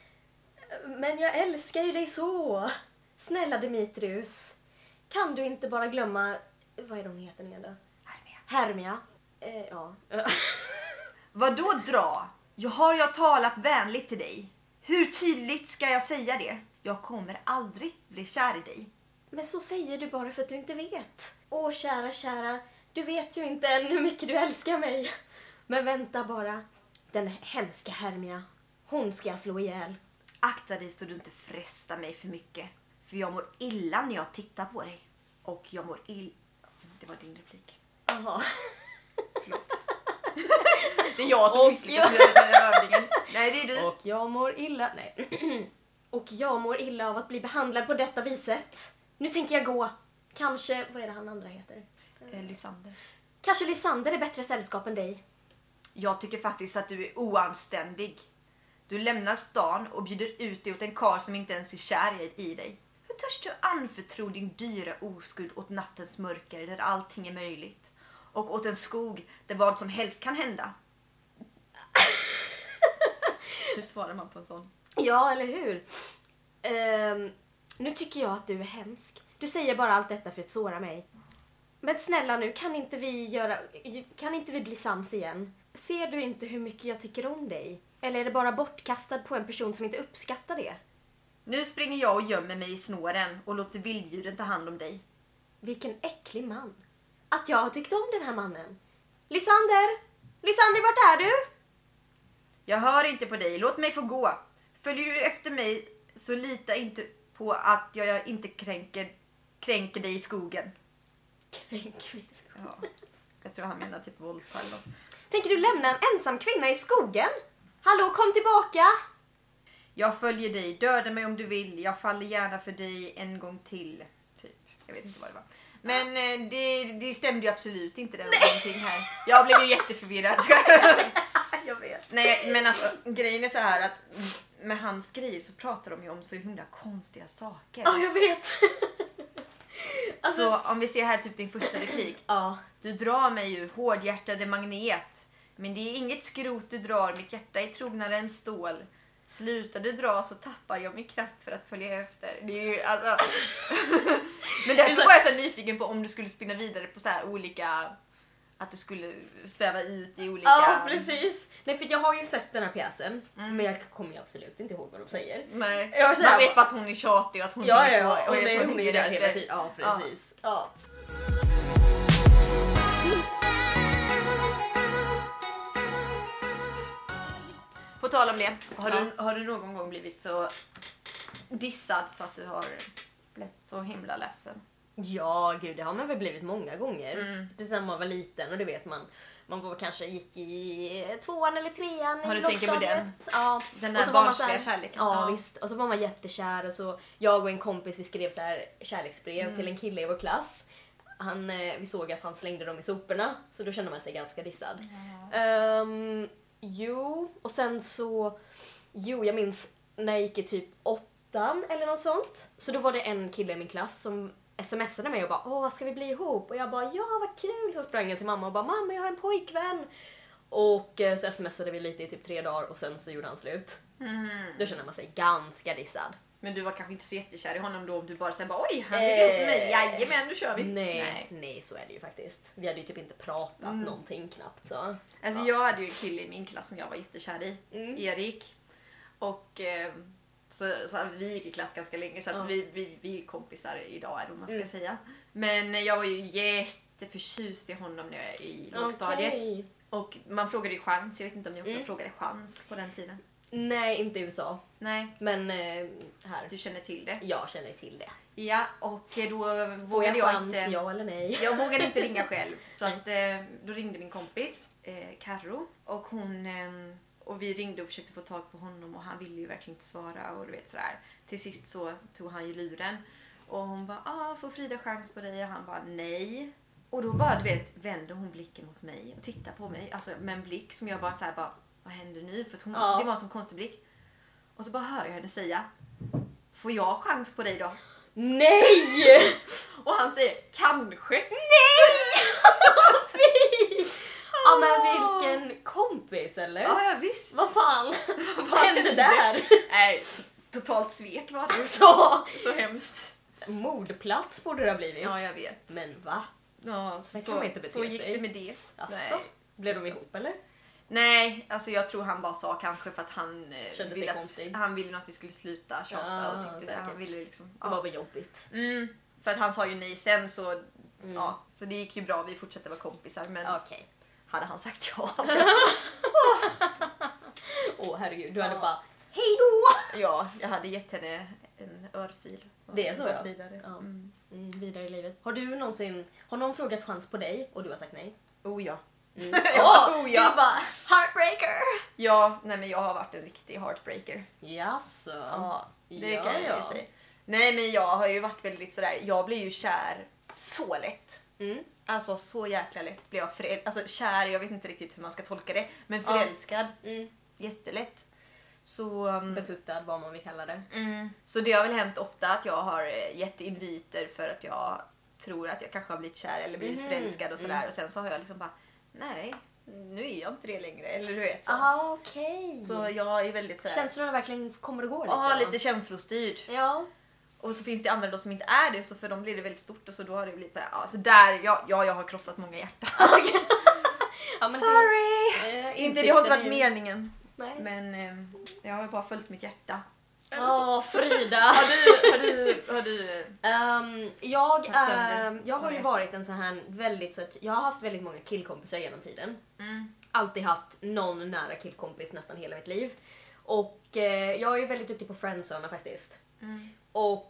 Men jag älskar ju dig så. Snälla Dimitrius. Kan du inte bara glömma... Vad är det hon heter igen då? Hermia. Hermia. Eh, ja. Vad då dra? Jag har jag talat vänligt till dig. Hur tydligt ska jag säga det? Jag kommer aldrig bli kär i dig. Men så säger du bara för att du inte vet. Åh kära, kära. Du vet ju inte än hur mycket du älskar mig. Men vänta bara. Den hemska Hermia. Hon ska jag slå ihjäl. Akta dig så du inte frestar mig för mycket. För jag mår illa när jag tittar på dig. Och jag mår illa... Det var din replik. Jaha. Förlåt. Det är jag som Och misslyckas med den här övningen. Nej, Nej, det är du. Och jag mår illa. Nej. Och jag mår illa av att bli behandlad på detta viset. Nu tänker jag gå. Kanske, vad är det han andra heter? Eh, Lysander. Kanske Lysander är bättre sällskap än dig. Jag tycker faktiskt att du är oanständig. Du lämnar stan och bjuder ut dig åt en karl som inte ens är kär i dig. Hur törs du anförtro din dyra oskuld åt nattens mörker där allting är möjligt? Och åt en skog där vad som helst kan hända? Hur svarar man på en sån? Ja, eller hur? Ehm, nu tycker jag att du är hemsk. Du säger bara allt detta för att såra mig. Men snälla nu, kan inte vi göra... Kan inte vi bli sams igen? Ser du inte hur mycket jag tycker om dig? Eller är det bara bortkastad på en person som inte uppskattar det? Nu springer jag och gömmer mig i snåren och låter vilddjuren ta hand om dig. Vilken äcklig man. Att jag har tyckt om den här mannen. Lysander! Lysander, vart är du? Jag hör inte på dig, låt mig få gå. Följer du efter mig så lita inte på att jag inte kränker, kränker dig i skogen. Kränkvis. Ja, jag tror han menar typ våldfall då. Tänker du lämna en ensam kvinna i skogen? Hallå, kom tillbaka! Jag följer dig, döda mig om du vill. Jag faller gärna för dig en gång till. Typ, jag vet inte vad det var. Men eh, det, det stämde ju absolut inte den någonting här. Jag blev ju jätteförvirrad. Jag vet. Nej, men alltså, grejen är så här att med hans grejer så pratar de ju om så himla konstiga saker. Ja, jag vet. Alltså, Så om vi ser här typ din första replik. ja. Du drar mig ju hårdhjärtade magnet. Men det är inget skrot du drar, mitt hjärta är trognare än stål. Slutar du dra så tappar jag min kraft för att följa efter. Det är ju alltså... Men därför var jag så nyfiken på om du skulle spinna vidare på så här olika... Att du skulle sväva ut i olika... Ja, precis. Nej, för jag har ju sett den här pjäsen. Mm. Men jag kommer ju absolut inte ihåg vad de säger. Nej, Jag var så man här, vet bara att hon är tjatig och att hon Ja, är ja, ja. på- Och är nej, på hon är ju hugget där hela efter. tiden. Ja, precis. Ja. På tal om det, har, du, har du någon gång blivit så dissad så att du har blivit så himla ledsen? Ja, gud, det har man väl blivit många gånger. Mm. Precis när man var liten, och det vet man. Man var kanske gick i tvåan eller trean Har i du tänkt på lågstadiet. den? Ja. Den Och där så var man barnsliga så här- kärleken. Ja, visst. Och så var man jättekär och så jag och en kompis, vi skrev så här kärleksbrev Mm. till en kille i vår klass. Han, eh, vi såg att han slängde dem i soporna, så då kände man sig ganska dissad. Ehm, jo, och sen så... Jo, jag minns när jag gick i typ åttan eller något sånt. Så då var det en kille i min klass som smsade mig och bara åh, ska vi bli ihop? Och jag bara ja, vad kul! Så sprang jag till mamma och bara mamma, jag har en pojkvän! Och eh, så smsade vi lite i typ tre dagar och sen så gjorde han slut. Mm. Då kände man sig ganska dissad. Men du var kanske inte så jättekär i honom då om du bara säger bara oj, han vill ihop med mig, jajamän, nu kör vi. Nej, nej, så är det ju faktiskt. Vi hade ju typ inte pratat Mm. någonting knappt så. Alltså Ja. jag hade ju en kille i min klass som jag var jättekär i, Mm. Erik. Och eh, så, så vi gick i klass ganska länge så att Ja. vi, vi, vi är kompisar idag är det man ska Mm. säga. Men jag var ju jätteförtjust i honom när jag är i lågstadiet. Okej. Och man frågade ju chans, jag vet inte om ni också Mm. frågade chans på den tiden. Nej, inte i U S A. Nej, Men eh, här. du känner till det. Jag känner till det. Ja, och då Får vågade jag jag chans, inte... ja eller nej? Jag vågade inte ringa själv. Så att, eh, då ringde min kompis, eh, Karo. Och hon... Eh, och vi ringde och försökte få tag på honom. Och han ville ju verkligen inte svara. Och du vet sådär. Till sist så tog han ju luren. Och hon bara, ah, får Frida chans på dig? Och han bara, nej. Och då bara, du vet, vände hon blicken mot mig. Och tittade på mig. Alltså med en blick som jag bara såhär, bara, vad händer nu? För att hon, Ja. det var en sån konstig blick. Och så bara hör jag henne säga, får jag chans på dig då? Nej! Och han säger, kanske. Nej! Fy! Ja, men vilken kompis, eller? Ja, ja visst. Vad fan? Vad hände där? Nej, t- totalt svek var det. Så, Så hemskt. mordplats borde det ha blivit. Ja, jag vet. Men va? Ja, Så så, kan man inte bete så gick sig. det med det. Alltså, Nej. blev de ihop eller? Nej, alltså jag tror han bara sa kanske för att han eh, Kände sig ville att, konstig. han ville nog att vi skulle sluta tjata Ja, och tyckte säkert. han ville liksom. Det Ja. var väl jobbigt. Mm, för att han sa ju nej sen så Mm. ja, så det gick ju bra. Vi fortsatte vara kompisar men Okej. hade han sagt ja alltså, Åh herregud, du hade Ja. bara hej då! ja, jag hade gett henne en örfil. Det är så, Gått ja. vidare. Ja. Mm. Mm, vidare i livet. Har du någonsin, har någon frågat chans på dig och du har sagt nej? Oh ja. Mm. Ja, Åh, oh, ja. du bara heartbreaker! Ja, nej men jag har varit en riktig heartbreaker. Jaså? Ja, det Ja, kan jag ju ja. säga. Nej men jag har ju varit väldigt sådär, jag blir ju kär så lätt. Mm. Alltså så jäkla lätt blir jag föräl- alltså kär, jag vet inte riktigt hur man ska tolka det. Men förälskad, Mm. jättelätt. Så, um, Betuttad, vad man vill kalla det. mm, så det har väl hänt ofta att jag har eh, gett inviter för att jag tror att jag kanske har blivit kär eller blivit Mhm. förälskad och sådär. Mm. Och sen så har jag liksom bara, nej, nu är jag inte det längre. Eller du vet så. Aha, okej. Så jag är väldigt sådär, Känslorna verkligen kommer och går lite. ja, va? lite känslostyrd. Ja. Och så finns det andra då som inte är det, så för dem blir det väldigt stort och så då har det blivit såhär, ja så där, ja, ja jag har krossat många hjärtan. Ja, men Sorry! Det, eh, Inte, det har inte varit insikten är ju- meningen. Nej. Men eh, jag har ju bara följt mitt hjärta. Åh, Frida. Har du, har du, har du... Um, jag, Tagit sönder. ehm, jag har ju Oj. varit en sån här väldigt, så att jag har haft väldigt många killkompisar genom tiden. Mm. Alltid haft någon nära killkompis nästan hela mitt liv. Och eh, jag är ju väldigt duktig på friendzone faktiskt. Mm. Och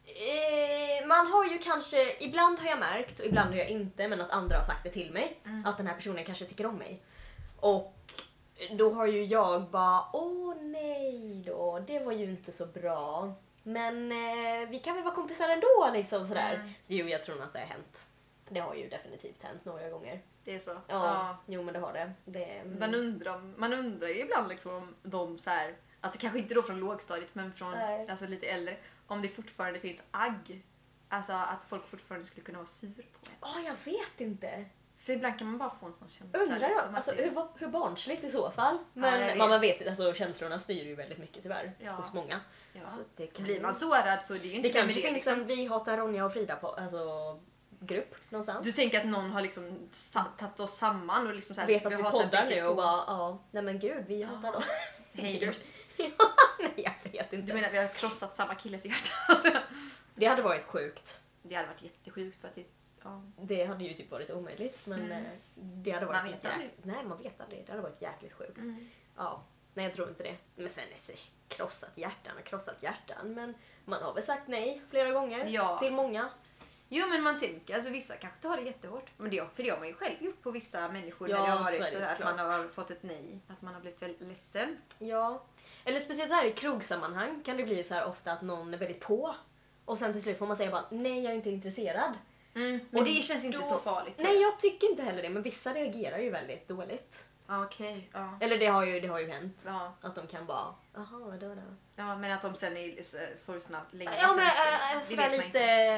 eh, man har ju kanske, ibland har jag märkt och ibland har jag inte, men att andra har sagt det till mig. Mm. Att den här personen kanske tycker om mig. Och då har ju jag bara, åh nej då, det var ju inte så bra. Men eh, vi kan väl vara kompisar ändå liksom sådär. Mm. Så jo, jag tror nog att det har hänt. Det har ju definitivt hänt några gånger. Det är så. Ja, Ja. jo men det har det. det Man, undrar, om- man undrar ju ibland liksom om de så här, alltså kanske inte då från lågstadiet men från Nej. alltså lite äldre, om det fortfarande finns agg. Alltså att folk fortfarande skulle kunna vara sur på en. Ja, jag vet inte. För ibland kan man bara få en sån känsla. Undrar liksom, jag, att alltså, det- hur, vad- hur barnsligt i så fall. jag Men vet. vad man vet, alltså, känslorna styr ju väldigt mycket tyvärr Ja. hos många. ja. Så det kan Blir ju- man sårad så är det ju inte Det vem kanske är det, finns liksom. en Vi hatar Ronja och Frida på, alltså, grupp någonstans. Du tänker att någon har liksom sa- tagit oss samman och liksom så här, vet att vi hatar poddar bägge nu två. och bara, ja, nej men gud, vi hatar då. Haters. Nej, jag vet inte. Du menar att vi har krossat samma killes hjärta? Alltså, Det hade varit sjukt. det hade varit jättesjukt för att det, ja. Det hade ju typ varit omöjligt, men Mm. eh, det hade varit Man vet jäk- aldrig. Nej, man vet aldrig. Det hade varit jäkligt sjukt. Mm. Ja, nej jag tror inte det. Men sen är det krossat hjärtan och krossat hjärtan. Men man har väl sagt nej flera gånger Ja. till många. Jo men man tänker, alltså vissa kanske tar det jättehårt. Men det, för det har man ju själv gjort på vissa människor Ja, när det har så är varit det så, att såklart. man har fått ett nej. Att man har blivit väldigt ledsen. Ja. Eller speciellt så här i krogsammanhang kan det bli så här ofta att någon är väldigt på. Och sen till slut får man säga bara nej, jag är inte intresserad. Men Och det känns inte då- så farligt. tror Nej, jag. jag tycker inte heller det. Men vissa reagerar ju väldigt dåligt. Ja, okej. Ja. Eller det har ju, det har ju hänt. Ja. Att de kan bara, jaha, vadå då? ja, men att de sen är äh, sorgsna länge. Ja, sen men efter. äh, Det sådär vet man lite...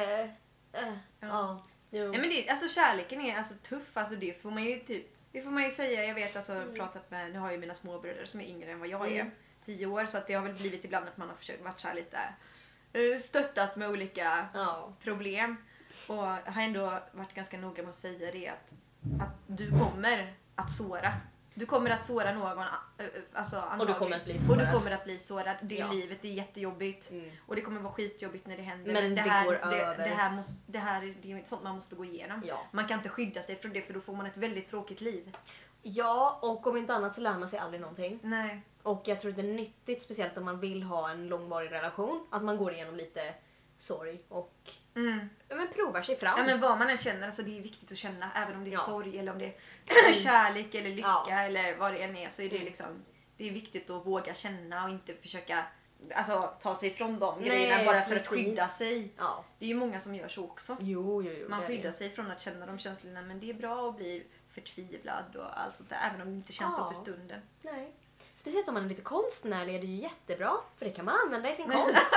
inte. Äh, Ja. ja. Jo. Nej men det, alltså kärleken är alltså tuff, alltså det får man ju typ, det får man ju säga, jag vet alltså Mm. pratat med, nu har jag ju mina småbröder som är yngre än vad jag är, Mm. tio år, så att det har väl blivit ibland att man har försökt varit så här lite eh, stöttat med olika Ja. problem och jag har ändå varit ganska noga med att säga det att, att du kommer att såra. Du kommer att såra någon, äh, äh, alltså Och du kommer att bli Och du sårad. kommer att bli sårad. Det är Ja. livet, det är jättejobbigt. Mm. Och det kommer vara skitjobbigt när det händer. Men det här, går det, över. det här, måste, det här är, det är sånt man måste gå igenom. Ja. Man kan inte skydda sig från det för då får man ett väldigt tråkigt liv. Ja, och om inte annat så lär man sig aldrig någonting. Nej. Och jag tror att det är nyttigt, speciellt om man vill ha en långvarig relation, att man går igenom lite sorg och Mm. ja, men provar sig fram. Ja, men vad man än känner, alltså det är viktigt att känna. Även om det är Ja. sorg eller om det är kärlek eller lycka Ja. eller vad det än är. Så är det Mm. liksom, det är viktigt att våga känna och inte försöka alltså, ta sig ifrån de Nej, grejerna bara för att precis. skydda sig. Ja. Det är ju många som gör så också. Jo, jo, jo. Man det är det. skyddar sig från att känna de känslorna, men det är bra att bli förtvivlad och allt sånt där, även om det inte känns Ja. så för stunden. Nej. Speciellt om man är lite konstnärlig är det ju jättebra, för det kan man använda i sin konst.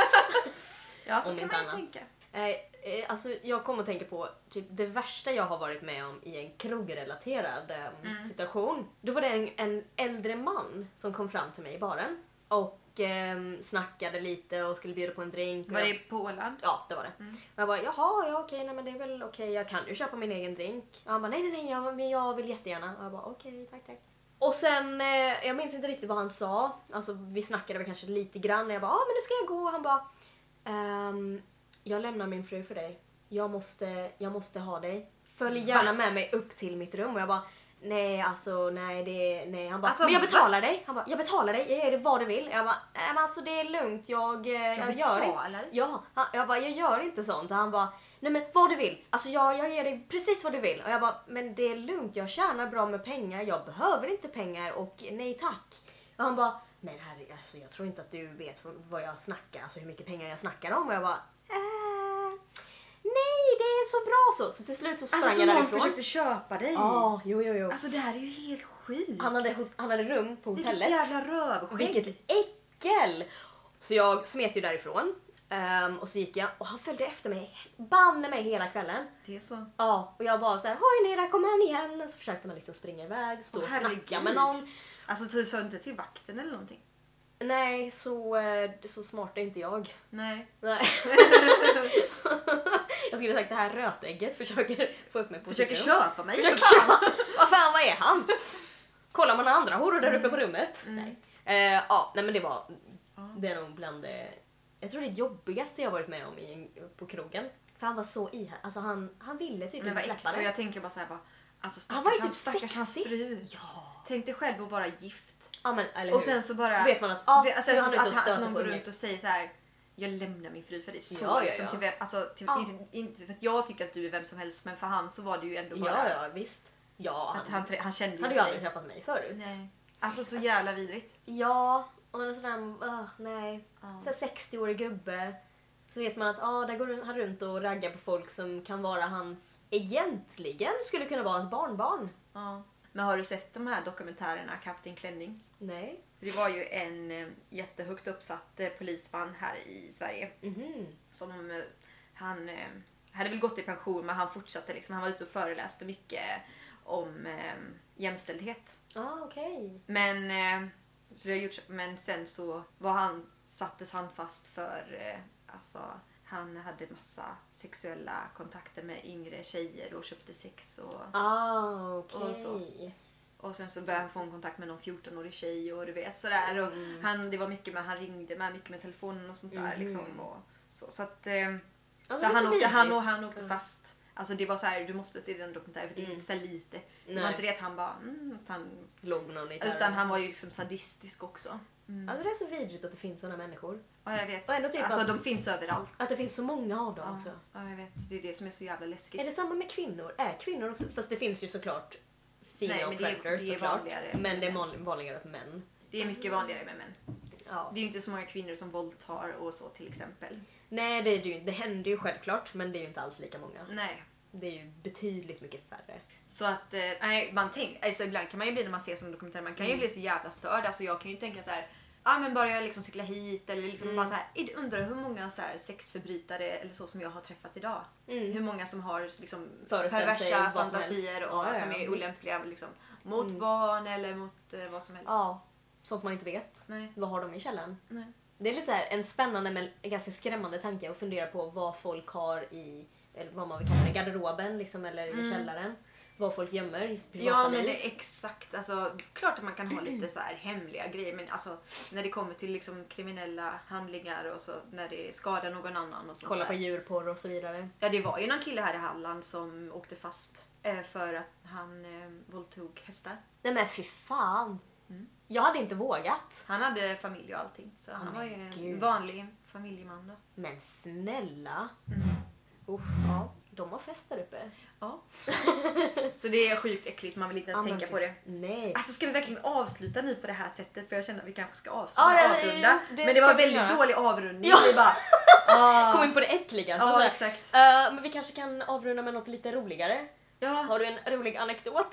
Ja, så Om kan inte man ju annat. tänka. Eh, eh, alltså, jag kommer att tänka på typ, det värsta jag har varit med om i en krogrelaterad eh, Mm. situation. Då var det en, en äldre man som kom fram till mig i baren och eh, snackade lite och skulle bjuda på en drink. Var Och det jag, på Åland? ja, det var det. Mm. Och jag bara, jaha, ja okej, nej men det är väl okej, jag kan ju köpa min egen drink. Och han bara, nej nej nej, jag, men jag vill jättegärna. Och jag bara, okej, tack tack. Och sen, eh, jag minns inte riktigt vad han sa. Alltså vi snackade väl kanske lite grann. Jag bara, ja men nu ska jag gå. Och han bara, ehm, jag lämnar min fru för dig. Jag måste, jag måste ha dig. Följ gärna med mig upp till mitt rum. Och jag bara, nej alltså nej det nej. Han bara, Alltså, men jag va? betalar dig. Han bara, jag betalar dig, jag ger dig vad du vill. Jag bara, nej men alltså det är lugnt, jag, eh, jag, Jag gör inte. betalar? Ja, han, jag bara, jag gör inte sånt. Och han bara, nej men vad du vill. Alltså jag, jag ger dig precis vad du vill. Och jag bara, men det är lugnt, jag tjänar bra med pengar. Jag behöver inte pengar och nej tack. Och han bara, men herre, alltså jag tror inte att du vet vad jag snackar. Alltså hur mycket pengar jag snackar om. Och jag bara, äh, nej det är så bra så. Så till slut så sprang Alltså jag som någon därifrån. försökte köpa dig. Ja, jo jo jo. Alltså det här är ju helt sjukt. Han hade, han hade rum på hotellet. Vilket jävla rövskägg. Vilket äckel! Så jag smet ju därifrån. Um, och så gick jag och han följde efter mig, banne mig hela kvällen. Det är så. Ja, och jag bara så här, hoj Nera, kom han igen. Och så försökte man liksom springa iväg, stå Åh, och snacka herregud. med någon. Alltså du sa inte till vakten eller någonting? Nej, så, eh, så smart är inte jag. Nej. Nej. Jag skulle sagt det här rötägget försöker få upp mig på Försöker sitt köpa mig. Försöker för fan. köpa. Vad fan, vad är han? Kollar man andra horor där uppe på rummet? Mm. Nej. Eh, ja, nej men det var, Ja. det är nog bland det, jag tror det jobbigaste jag varit med om i, på krogen. För han var så i här. Alltså han, han ville typ Men inte vad släppa äckligt. Och det. jag tänker bara så här bara, alltså Han var ju stackars, typ stackars hans sexig. fru. Ja. Tänk dig själv att vara gift. Ja men eller Och hur? sen så bara... vet man att ah, Vet- nu är han alltså, ute och att, stöter han, någon på går ungen. runt och säger så här: jag lämnar min fru för dig. Så Ja, ja, liksom, ja. till vem, alltså, till, Ja. inte, inte för att jag tycker att du är vem som helst, men för han så var det ju ändå bara Ja ja visst. Ja, att han, trä- han kände ju hade ju inte aldrig dig. träffat mig förut. Nej. Alltså så jävla vidrigt. Ja, och en sån där, uh, nej. Ja. Så här sextio-årig gubbe. Så vet man att ah, där går han runt och raggar på folk som kan vara hans, egentligen skulle kunna vara hans barnbarn. Ja. Men har du sett de här dokumentärerna Kapten Klänning? Nej. Det var ju en eh, jättehögt uppsatt eh, polisman här i Sverige Mhm. som eh, han eh, hade väl gått i pension, men han fortsatte liksom, han var ute och föreläste mycket om eh, jämställdhet. Ah, okej. Men, eh, så det har gjorts, men sen så var han, sattes han fast för, eh, alltså han hade massa sexuella kontakter med yngre tjejer och köpte sex och, Ah, okej. Och så. och sen så började han få en kontakt med någon fjorton-årig tjej och du vet sådär. Och Mm. han, det var mycket med, han ringde med mycket med telefonen och sånt där Mhm. liksom. Och så, så att, eh, Alltså, så det är han, så åkte, han, vidrigt. och han åkte fast. Alltså det var så här, du måste se den dokumentären för det är Mm. inte så här lite. Det Nej. var inte det att han bara, mm, att han, Låg med någon i utan terror. han var ju liksom sadistisk också. Mm. Alltså det är så vidrigt att det finns såna människor. Ja, jag vet. Och ändå typ alltså att- de finns överallt. Att det finns så många av dem Ja, också. ja, jag vet. Det är det som är så jävla läskigt. Är det samma med kvinnor? Är kvinnor också? Fast det finns ju såklart Nej, female men det är- predators det är såklart. vanligare. Men det är van- vanligare att män. Det är mycket vanligare med män. Ja. Det är ju inte så många kvinnor som våldtar och så till exempel. Nej, det, är det, ju, det händer ju självklart, men det är ju inte alls lika många. Nej. Det är ju betydligt mycket färre. Så att, eh, nej, man tänk, alltså ibland kan man ju bli när man ser som dokumentär, man kan ju Mm. bli så jävla störd. Alltså jag kan ju tänka så här, ja ah, men bara jag liksom cykla hit eller liksom Mm. bara så här, "Id- undrar hur många så här sexförbrytare eller så som jag har träffat idag. Mm. Hur många som har liksom Föreställt sig perversa vad som fantasier helst. och Ja, ja, som är visst. olämpliga liksom, mot Mm. barn eller mot eh, vad som helst. Ja, sånt man inte vet. Nej. Vad har de i källaren? Nej. Det är lite så här en spännande men ganska skrämmande tanke att fundera på vad folk har i, eller vad man vill kalla det, garderoben liksom, eller i Mm. källaren. Vad folk gömmer i sitt privata Ja men liv. det är exakt, alltså klart att man kan ha lite så här hemliga grejer, men alltså när det kommer till liksom kriminella handlingar och så när det skadar någon annan och sånt Kolla där. på djurporr och så vidare. Ja, det var ju någon kille här i Halland som åkte fast eh, för att han eh, våldtog hästar. Nej men fy fan. Mm. Jag hade inte vågat. Han hade familj och allting, så Ja, han men var ju en gud. vanlig familjeman då. Men snälla. Mm. Usch, ja. De har fest där uppe. Ja. Så det är sjukt äckligt, man vill inte ens Ja, men tänka fy- på det. Nej. Alltså ska vi verkligen avsluta nu på det här sättet? För jag känner att vi kanske ska avsluta Ja, ja, och ja, avrunda. det Men det ska var vi väldigt göra. dålig avrundning. Ja. Vi bara, ah. Kom in på det äckliga. så Ja, att säga. exakt. Eh, men vi kanske kan avrunda med något lite roligare. Ja. Har du en rolig anekdot?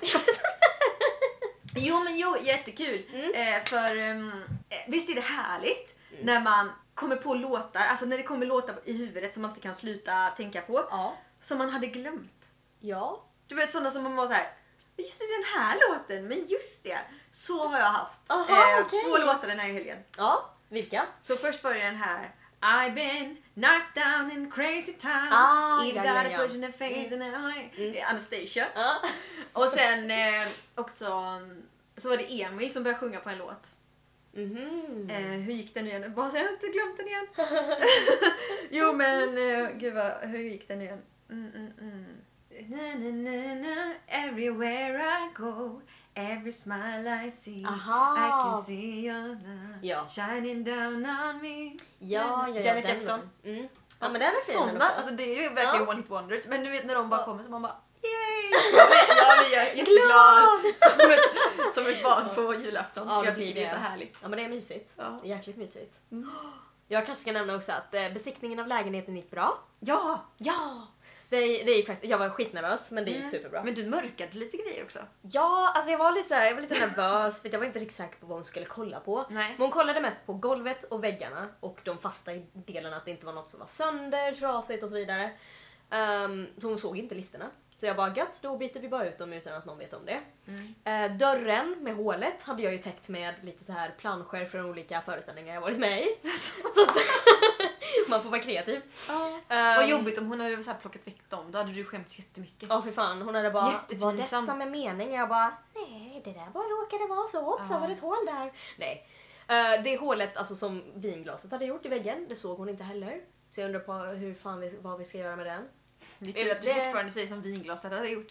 Jo men jo, jättekul. Mm. Eh, för um, eh, visst är det härligt när man kommer på låtar, alltså när det kommer låtar i huvudet som man inte kan sluta tänka på. Ja. Som man hade glömt. Ja. Du vet sådana som man var så här, just det, den här låten, men just det. Så har jag haft Aha, eh, okej. två låtar den här helgen. Ja. Vilka? Så först var det den här I've been knocked down in crazy time. Ah, You've ja, got ja, a ja. push in the face and I. Det är Anastasia. Ja. Och sen eh, också så var det Emil som började sjunga på en låt. Mhm. Eh, hur gick den igen? Bara så jag har inte glömt den igen. Jo men eh, gud vad, hur gick den igen? Mm, mm, mm. Na, na, na, na, everywhere I go, every smile I see, Aha. I can see your love Ja. shining down on me. Ja, ja, ja, Janet den Jackson. var- Mm. Ja, men den är fin. Sådana, också. alltså det är ju verkligen Ja. one hit wonders. Men du vet när de bara Ja. kommer så man bara yay! Jag blir, jag blir jätteglad som ett, som ett barn på julafton. Ja, det jag blir tycker det är det. så härligt. Ja, men det är mysigt. Ja. Det är jäkligt mysigt. Mm. Jag kanske ska nämna också att eh, besiktningen av lägenheten gick bra. Ja! Ja! Det, det gick faktiskt, jag var skitnervös men det gick Mm. superbra. Men du mörkade lite grejer också. Ja, alltså jag var lite så här, jag var lite nervös för jag var inte riktigt säker på vad hon skulle kolla på. Nej. Men hon kollade mest på golvet och väggarna och de fasta delarna, att det inte var något som var sönder, trasigt och så vidare. Um, så hon såg inte listerna. Så jag bara gött, då byter vi bara ut dem utan att någon vet om det. Mm. Eh, dörren med hålet hade jag ju täckt med lite så här planscher från olika föreställningar jag varit med i. Så att man får vara kreativ. Ja. Um, Vad jobbigt om hon hade så här plockat väck dem. Då hade du skämts jättemycket. Ja för fan, hon hade bara, var Jättepinsamt. detta med mening? Jag bara, nej det där bara råkade vara så, hoppsan Ja. var det ett hål där. Nej. Uh, det hålet alltså, som vinglaset hade gjort i väggen, det såg hon inte heller. Så jag undrar på hur fan vi, vad vi ska göra med den. Det är kul att du Det- fortfarande säger som vinglaset hade gjort.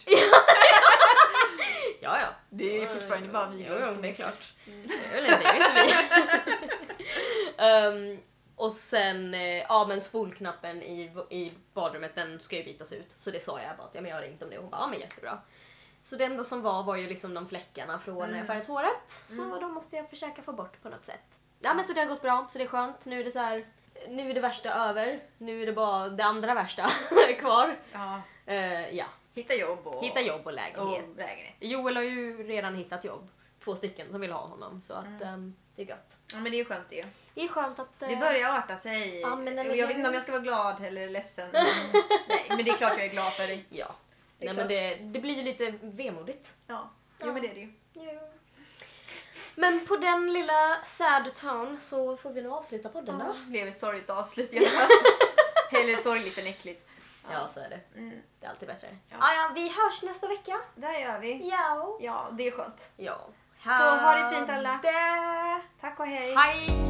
Ja ja. Det är fortfarande bara vinglaset Jo, jo, som det är är klart. Det är väl inte, det är inte vi. um, och sen, eh, ja men spolknappen i, i badrummet den ska ju bytas ut. Så det sa jag bara att ja, men jag har ringt om det och hon bara ja men jättebra. Så det enda som var var ju liksom de fläckarna från när Mm. jag färgat håret. Så Mm. de måste jag försöka få bort på något sätt. Ja men så det har gått bra, så det är skönt. Nu är det så här, nu är det värsta över. Nu är det bara det andra värsta kvar. Ja. Uh, ja, Hitta jobb och... hitta jobb och lägenhet. Och lägenhet. Joel har ju redan hittat jobb. Två stycken som vill ha honom. Så att Mm. ehm, det är gött. Ja men det är ju skönt det. Det är skönt att... eh, Det börjar arta sig. Ja, men eller och jag vet hur? inte om jag ska vara glad eller ledsen. Men, nej, men det är klart jag är glad för dig. Ja. Det är Nej, men klart. det, det blir ju lite vemodigt. Ja, Ja. jo men det är det ju. Ja. Men på den lilla sad tone så får vi nog avsluta podden Ja, då. det blev ett sorgligt avslut i alla fall. Eller sorgligt än äckligt. Ja, så är det. Mm, Det är alltid bättre. Ja. Ja, ja, vi hörs nästa vecka. där gör vi. Ja. Ja, det är skönt. Ja. Så ha det fint alla. Det. Tack och hej. Hej!